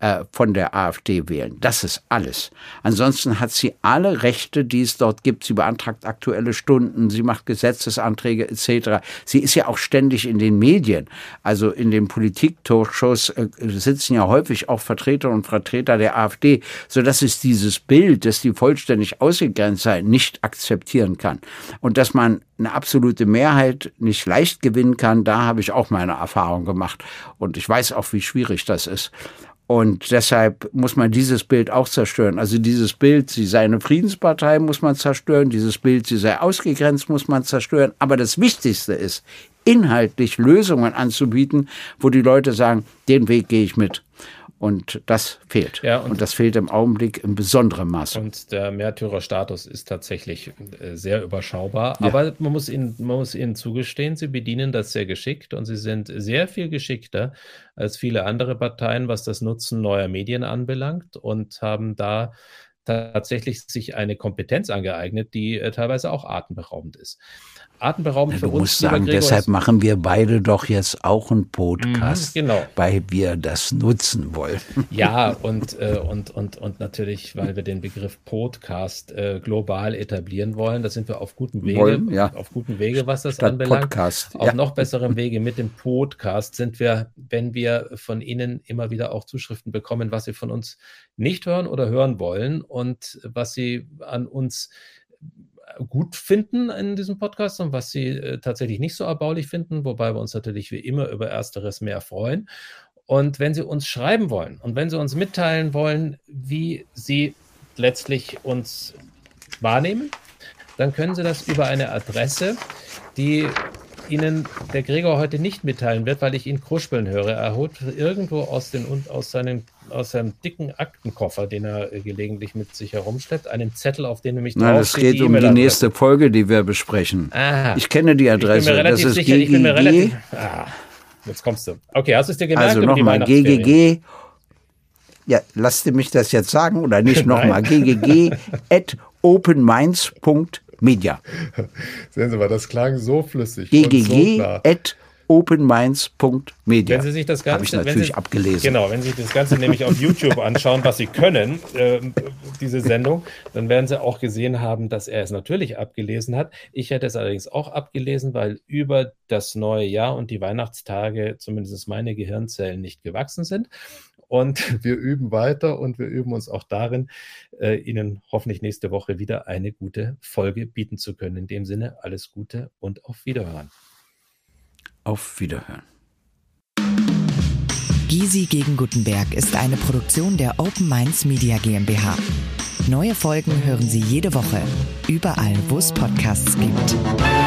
von der AfD wählen. Das ist alles. Ansonsten hat sie alle Rechte, die es dort gibt. Sie beantragt aktuelle Stunden, sie macht Gesetzesanträge etc. Sie ist ja auch ständig in den Medien. Also in den Politik-Talkshows sitzen ja häufig auch Vertreter und Vertreter der AfD, sodass es dieses Bild, dass die vollständig ausgegrenzt sei, nicht akzeptieren kann. Und dass man eine absolute Mehrheit nicht leicht gewinnen kann, da habe ich auch meine Erfahrung gemacht. Und ich weiß auch, wie schwierig das ist. Und deshalb muss man dieses Bild auch zerstören. Also dieses Bild, sie sei eine Friedenspartei, muss man zerstören. Dieses Bild, sie sei ausgegrenzt, muss man zerstören. Aber das Wichtigste ist, inhaltlich Lösungen anzubieten, wo die Leute sagen, den Weg gehe ich mit. Und das fehlt. Ja, und das fehlt im Augenblick in besonderem Maße. Und der Märtyrerstatus ist tatsächlich sehr überschaubar. Ja. Aber man muss ihnen zugestehen, sie bedienen das sehr geschickt und sie sind sehr viel geschickter als viele andere Parteien, was das Nutzen neuer Medien anbelangt und haben da tatsächlich sich eine Kompetenz angeeignet, die teilweise auch atemberaubend ist. Atemberaubend für uns. Du musst sagen, deshalb machen wir beide doch jetzt auch einen Podcast, genau, weil wir das nutzen wollen. Ja, und natürlich, weil wir den Begriff Podcast global etablieren wollen. Da sind wir auf gutem Wege, auf gutem Wege, was das anbelangt. Podcast, auf noch besserem Wege mit dem Podcast sind wir, wenn wir von Ihnen immer wieder auch Zuschriften bekommen, was Sie von uns nicht hören oder hören wollen und was Sie an uns gut finden in diesem Podcast und was sie tatsächlich nicht so erbaulich finden, wobei wir uns natürlich wie immer über Ersteres mehr freuen. Und wenn Sie uns schreiben wollen und wenn Sie uns mitteilen wollen, wie Sie letztlich uns wahrnehmen, dann können Sie das über eine Adresse, die Ihnen der Gregor heute nicht mitteilen wird, weil ich ihn kruspeln höre. Er holt irgendwo aus seinem dicken Aktenkoffer, den er gelegentlich mit sich herumschleppt, einen Zettel, auf den nämlich drauf steht. Es geht um die nächste Folge, die wir besprechen. Aha. Ich kenne die Adresse. Ich bin mir relativ sicher. Ich bin mir relativ. Jetzt kommst du. Okay, hast du es dir gemerkt? Also nochmal GGG. Ja, lasst ihr mich das jetzt sagen oder nicht nochmal? ggg@openminds.media. Sehen Sie mal, das klang so flüssig. ggg@openminds.media. Wenn Sie sich das Ganze, habe ich natürlich abgelesen. Genau, wenn Sie sich das Ganze nämlich auf YouTube anschauen, was Sie können, diese Sendung, dann werden Sie auch gesehen haben, dass er es natürlich abgelesen hat. Ich hätte es allerdings auch abgelesen, weil über das neue Jahr und die Weihnachtstage zumindest meine Gehirnzellen nicht gewachsen sind. Und wir üben weiter und wir üben uns auch darin, Ihnen hoffentlich nächste Woche wieder eine gute Folge bieten zu können. In dem Sinne, alles Gute und auf Wiederhören. Auf Wiederhören. Gysi gegen Gutenberg ist eine Produktion der Open Minds Media GmbH. Neue Folgen hören Sie jede Woche, überall, wo es Podcasts gibt.